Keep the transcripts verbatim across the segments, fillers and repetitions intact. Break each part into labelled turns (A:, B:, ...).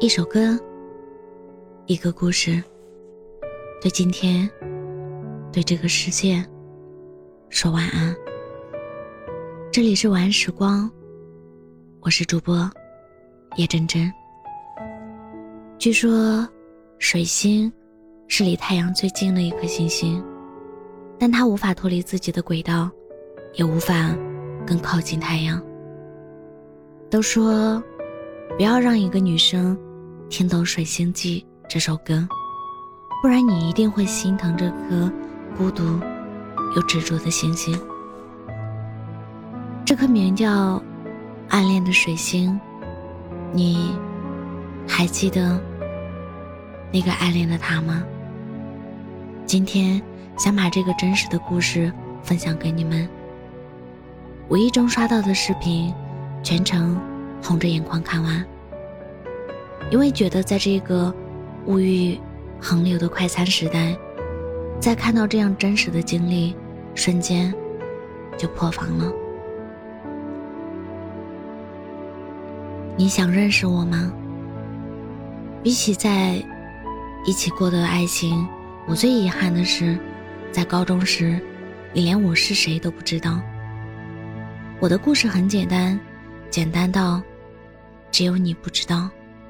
A: 一首歌，一个故事，对今天，对这个世界说晚安。这里是晚安时光，我是主播叶真真。据说水星是离太阳最近的一颗行星，但它无法脱离自己的轨道，也无法更靠近太阳。都说不要让一个女生听懂《水星记》这首歌，不然你一定会心疼这颗孤独又执着的星星。这颗名叫暗恋的水星，你还记得那个暗恋的他吗？今天想把这个真实的故事分享给你们。无意中刷到的视频，全程红着眼眶看完，因为觉得在这个物欲横流的快餐时代，在看到这样真实的经历，瞬间就破防了。你想认识我吗？比起在一起过的爱情，我最遗憾的是，在高中时，你连我是谁都不知道。我的故事很简单，简单到只有你不知道。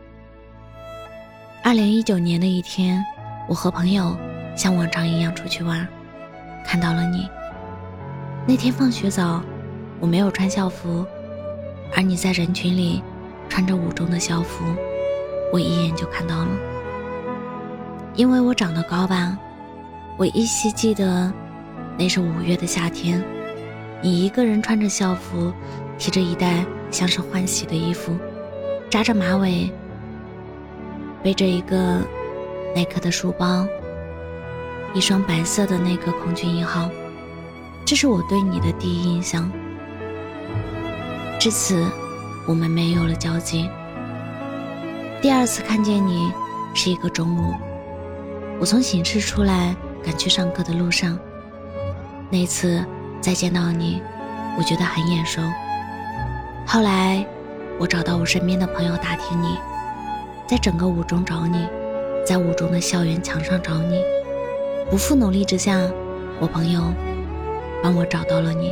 A: 二零一九年的一天，我和朋友像往常一样出去玩，看到了你。那天放学早，我没有穿校服，而你在人群里穿着五中的校服，我一眼就看到了。因为我长得高吧，我依稀记得那是五月的夏天，你一个人穿着校服，提着一袋像是换洗的衣服，扎着马尾，背着一个耐克的书包，一双白色的那个空军一号。这是我对你的第一印象。至此我们没有了交集。第二次看见你是一个中午，我从寝室出来赶去上课的路上，那次再见到你，我觉得很眼熟。后来我找到我身边的朋友打听你，在整个五中找你，在五中的校园墙上找你，不负努力之下，我朋友帮我找到了你。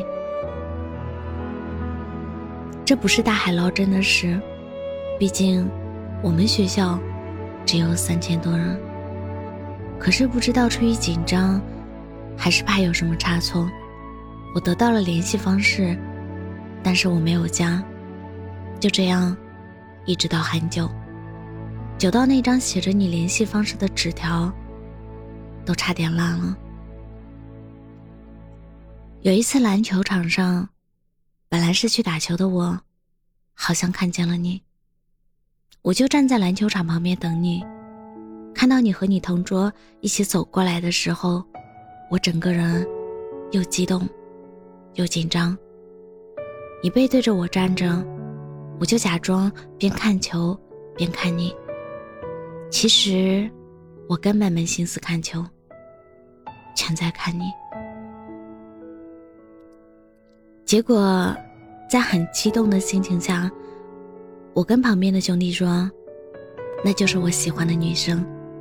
A: 这不是大海捞针的事，毕竟我们学校只有三千多人。可是不知道出于紧张还是怕有什么差错，我得到了联系方式，但是我没有加。就这样一直到很久，久到那张写着你联系方式的纸条都差点烂了。有一次篮球场上，本来是去打球的我，好像看见了你，我就站在篮球场旁边等你。看到你和你同桌一起走过来的时候，我整个人又激动又紧张。你背对着我站着，我就假装边看球边看你，其实我根本没心思看球，全在看你。结果在很激动的心情下，我跟旁边的兄弟说，那就是我喜欢的女生。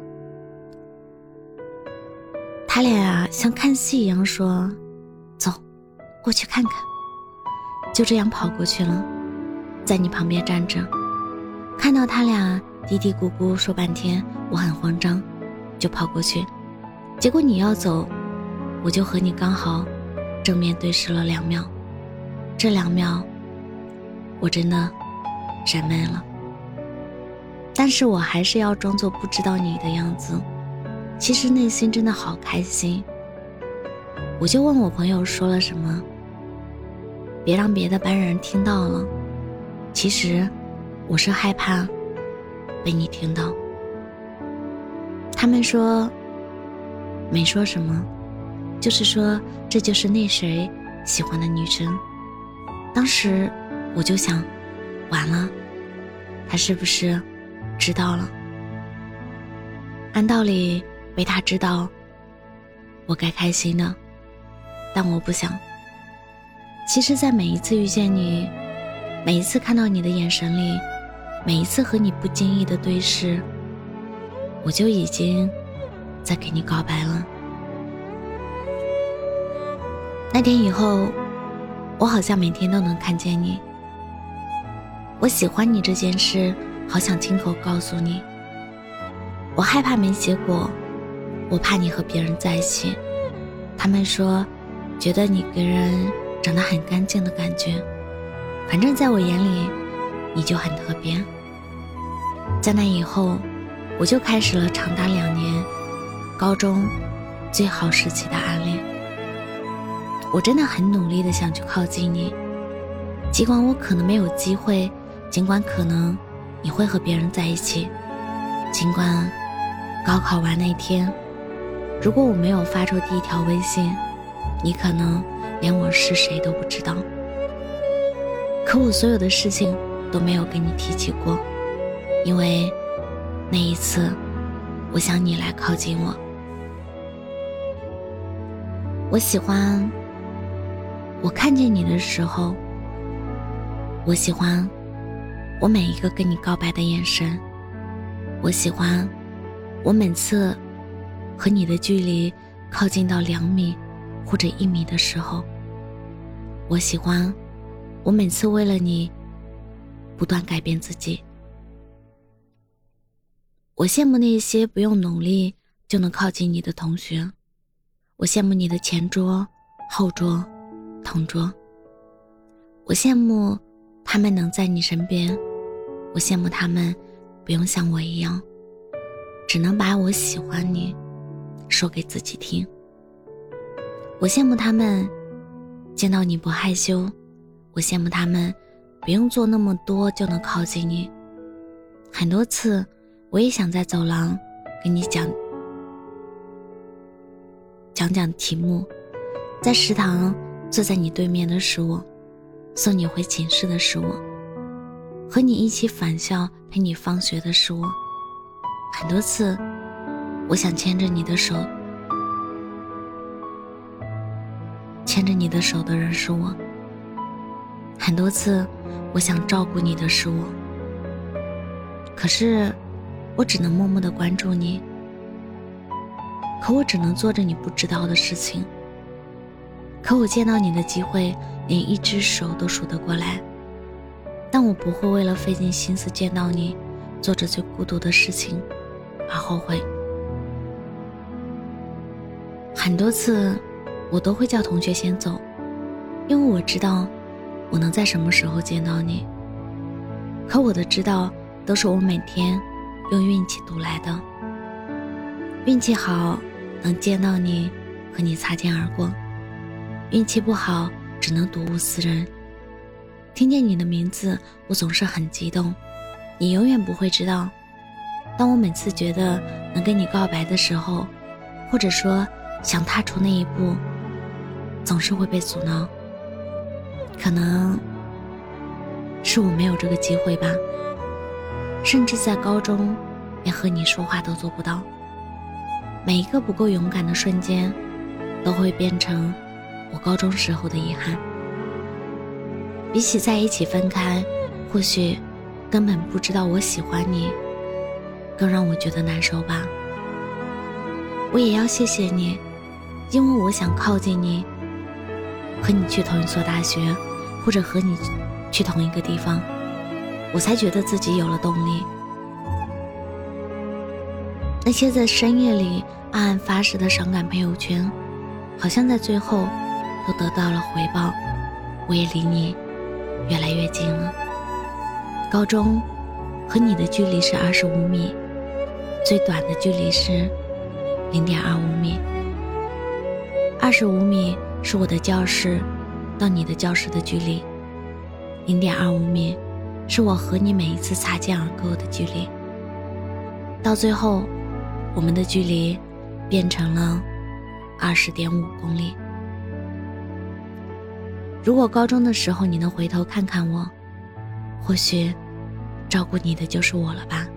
A: 他俩啊像看戏一样说，走过去看看。就这样跑过去了，在你旁边站着，看到他俩嘀嘀咕咕说半天，我很慌张，就跑过去。结果你要走，我就和你刚好正面对视了两秒。这两秒我真的人没了，但是我还是要装作不知道你的样子，其实内心真的好开心。我就问我朋友说了什么，别让别的班人听到了。其实我是害怕被你听到。他们说没说什么，就是说这就是那谁喜欢的女生。当时我就想，完了，他是不是知道了？按道理被他知道，我该开心的，但我不想。其实在每一次遇见你，每一次看到你的眼神里， 每一次和你不经意的对视，我就已经在给你告白了。那天以后，我好像每天都能看见你。我喜欢你这件事，好想亲口告诉你。我害怕没结果，我怕你和别人在一起。他们说，觉得你给人长得很干净的感觉。反正在我眼里，你就很特别。在那以后，我就开始了长达两年高中最好时期的暗恋。我真的很努力的想去靠近你，尽管我可能没有机会，尽管可能你会和别人在一起，尽管高考完那天，如果我没有发出第一条微信，你可能连我是谁都不知道。可我所有的事情都没有跟你提起过，因为那一次我想你来靠近我。我喜欢我看见你的时候，我喜欢我每一个跟你告白的眼神，我喜欢我每次和你的距离靠近到两米或者一米的时候，我喜欢我每次为了你不断改变自己。我羡慕那些不用努力就能靠近你的同学，我羡慕你的前桌、后桌、同桌，我羡慕他们能在你身边，我羡慕他们不用像我一样，只能把我喜欢你说给自己听。我羡慕他们见到你不害羞，我羡慕他们不用做那么多就能靠近你。很多次我也想在走廊跟你讲讲讲题目，在食堂坐在你对面的是我，送你回寝室的是我，和你一起返校陪你放学的是我。很多次我想牵着你的手，牵着你的手的人是我。很多次我想照顾你的是我，可是我只能默默地关注你，可我只能做着你不知道的事情，可我见到你的机会连一只手都数得过来，但我不会为了费尽心思见到你做着最孤独的事情而后悔。很多次我都会叫同学先走，因为我知道我能在什么时候见到你，可我的知道都是我每天用运气赌来的。运气好能见到你，和你擦肩而过，运气不好只能睹物思人。听见你的名字我总是很激动，你永远不会知道，当我每次觉得能跟你告白的时候，或者说想踏出那一步，总是会被阻挠。可能是我没有这个机会吧，甚至在高中连和你说话都做不到。每一个不够勇敢的瞬间都会变成我高中时候的遗憾。比起在一起分开，或许根本不知道我喜欢你更让我觉得难受吧。我也要谢谢你，因为我想靠近你，和你去同一所大学，或者和你去同一个地方，我才觉得自己有了动力。那些在深夜里暗暗发誓的伤感朋友圈，好像在最后都得到了回报，我也离你越来越近了。高中和你的距离是二十五米，最短的距离是零点二五米。二十五米是我的教室到你的教室的距离，零点二五米是我和你每一次擦肩而过的距离。到最后，我们的距离变成了二十点五公里。如果高中的时候你能回头看看我，或许照顾你的就是我了吧。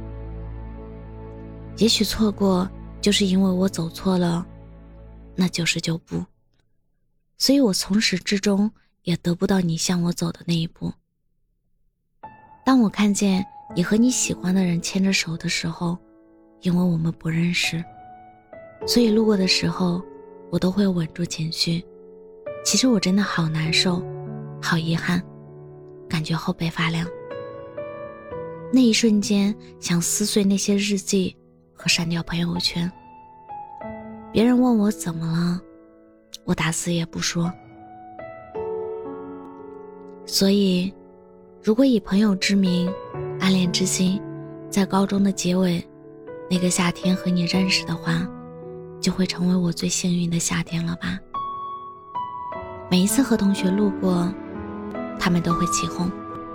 A: 也许错过就是因为我走错了那九十九步，所以我从始至终也得不到你向我走的那一步。当我看见你和你喜欢的人牵着手的时候，因为我们不认识，所以路过的时候我都会稳住情绪。其实我真的好难受，好遗憾，感觉后背发凉。那一瞬间想撕碎那些日记和删掉朋友圈。别人问我怎么了，我打死也不说。所以如果以朋友之名暗恋之心，在高中的结尾那个夏天和你认识的话，就会成为我最幸运的夏天了吧。每一次和同学路过，他们都会起哄，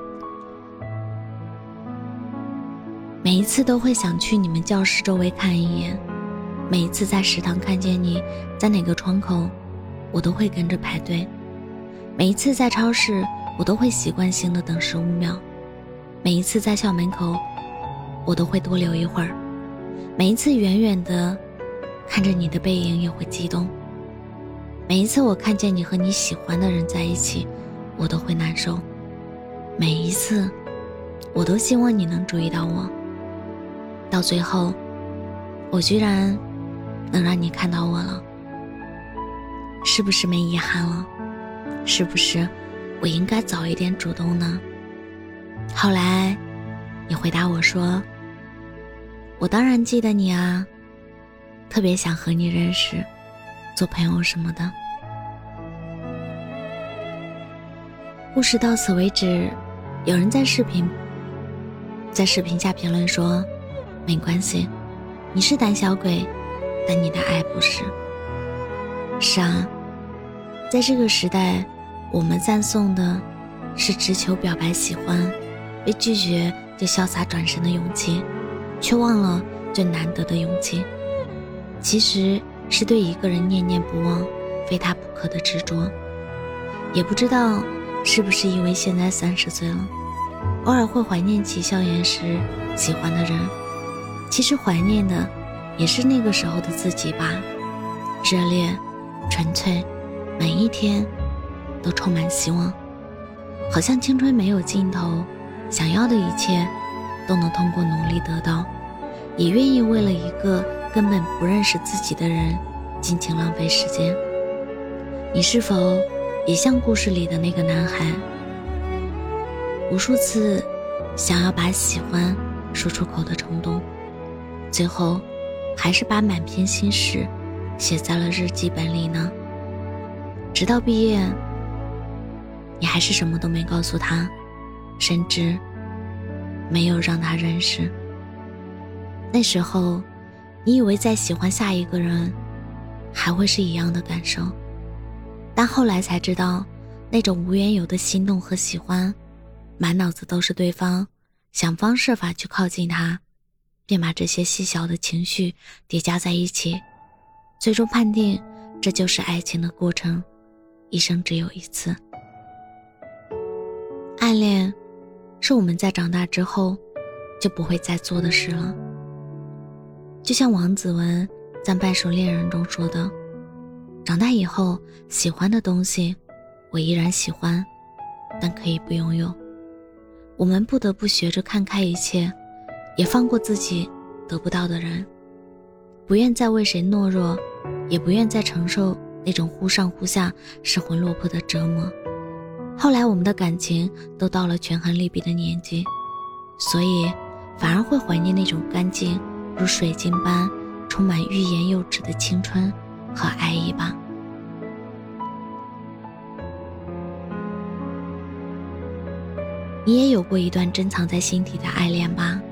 A: 每一次都会想去你们教室周围看一眼，每一次在食堂看见你在哪个窗口，我都会跟着排队。每一次在超市，我都会习惯性的等十五秒。每一次在校门口，我都会多留一会儿。每一次远远的看着你的背影也会激动。每一次我看见你和你喜欢的人在一起，我都会难受。每一次我都希望你能注意到我，到最后我居然能让你看到我了。是不是没遗憾了？是不是我应该早一点主动呢？后来你回答我说，我当然记得你啊，特别想和你认识，做朋友什么的。故事到此为止。有人在视频在视频下评论说，没关系，你是胆小鬼，但你的爱不是。是啊，在这个时代，我们赞颂的是直球表白喜欢，被拒绝就潇洒转身的勇气，却忘了最难得的勇气，其实是对一个人念念不忘，非他不可的执着。也不知道是不是因为现在三十岁了，偶尔会怀念起校园时喜欢的人，其实怀念的也是那个时候的自己吧，热烈纯粹，每一天都充满希望，好像青春没有尽头，想要的一切都能通过努力得到，也愿意为了一个根本不认识自己的人尽情浪费时间。你是否也像故事里的那个男孩，无数次想要把喜欢说出口的冲动，最后还是把满篇心事写在了日记本里呢？直到毕业，你还是什么都没告诉他，甚至没有让他认识。那时候你以为再喜欢下一个人还会是一样的感受，但后来才知道，那种无缘由的心动和喜欢，满脑子都是对方，想方设法去靠近他，便把这些细小的情绪叠加在一起，最终判定这就是爱情的过程，一生只有一次。暗恋是我们在长大之后就不会再做的事了。就像王子文在《半熟恋人》中说的，长大以后喜欢的东西我依然喜欢，但可以不拥有。我们不得不学着看开一切，也放过自己得不到的人，不愿再为谁懦弱，也不愿再承受那种忽上忽下失魂落魄的折磨。后来我们的感情都到了权衡利弊的年纪，所以反而会怀念那种干净如水晶般充满欲言又止的青春和爱意吧。你也有过一段珍藏在心底的爱恋吧？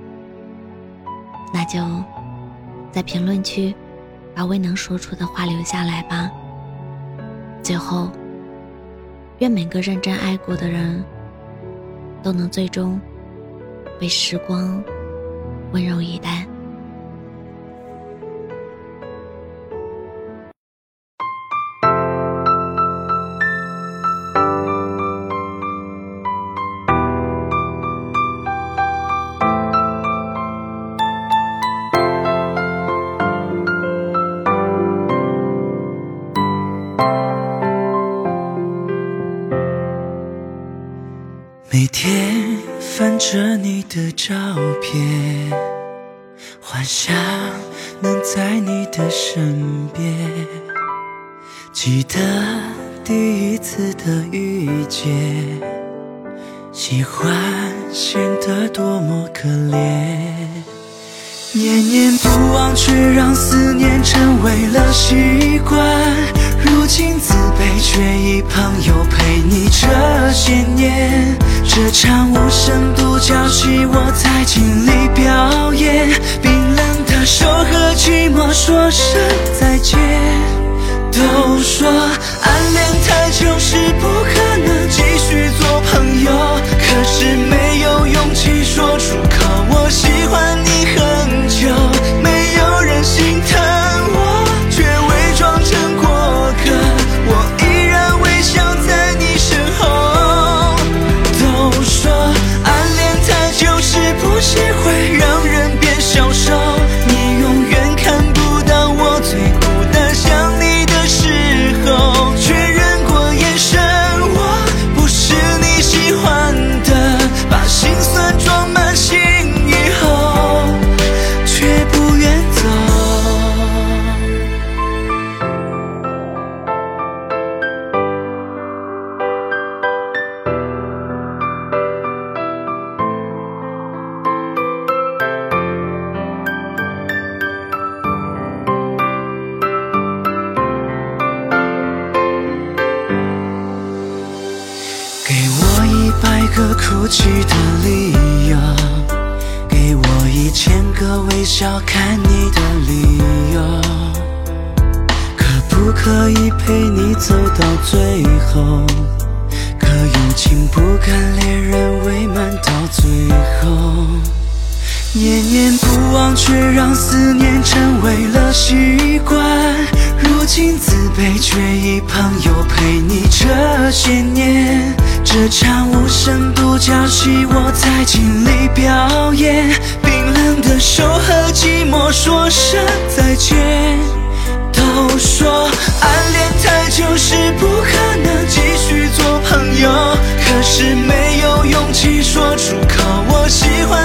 A: 那就在评论区把未能说出的话留下来吧。最后，愿每个认真爱过的人都能最终被时光温柔以待。
B: 每天翻着你的照片，幻想能在你的身边。记得第一次的遇见，喜欢显得多么可怜。念念不忘，却让思念成为了习惯。如今自卑，却已朋友陪你这些年。这场无声独角戏，我才尽力表演。冰冷的手和寂寞说声再见。都说暗恋太久是不可能继续做朋友，可是没有勇气说出口，我喜欢你很久。没有人心疼我，却伪装成过客，我依然微笑在你身后。都说暗恋太久是不是会让人变消瘦，你永远看不到我最孤单想你的时候，确认过眼神，我不是你喜欢的，把心酸装满心以后，却不愿走。给我一百个哭泣的理由，给我一千个微笑看你的理由，可不可以陪你走到最后？可友情不敢恋人未满到最后。念念不忘，却让思念成为了习惯。如今自卑，却已朋友陪你这些年。这场无声独角戏，我才尽力表演。冰冷的手和寂寞说声再见。都说暗恋太久是不可能继续做朋友，可是没有勇气说出口，我喜欢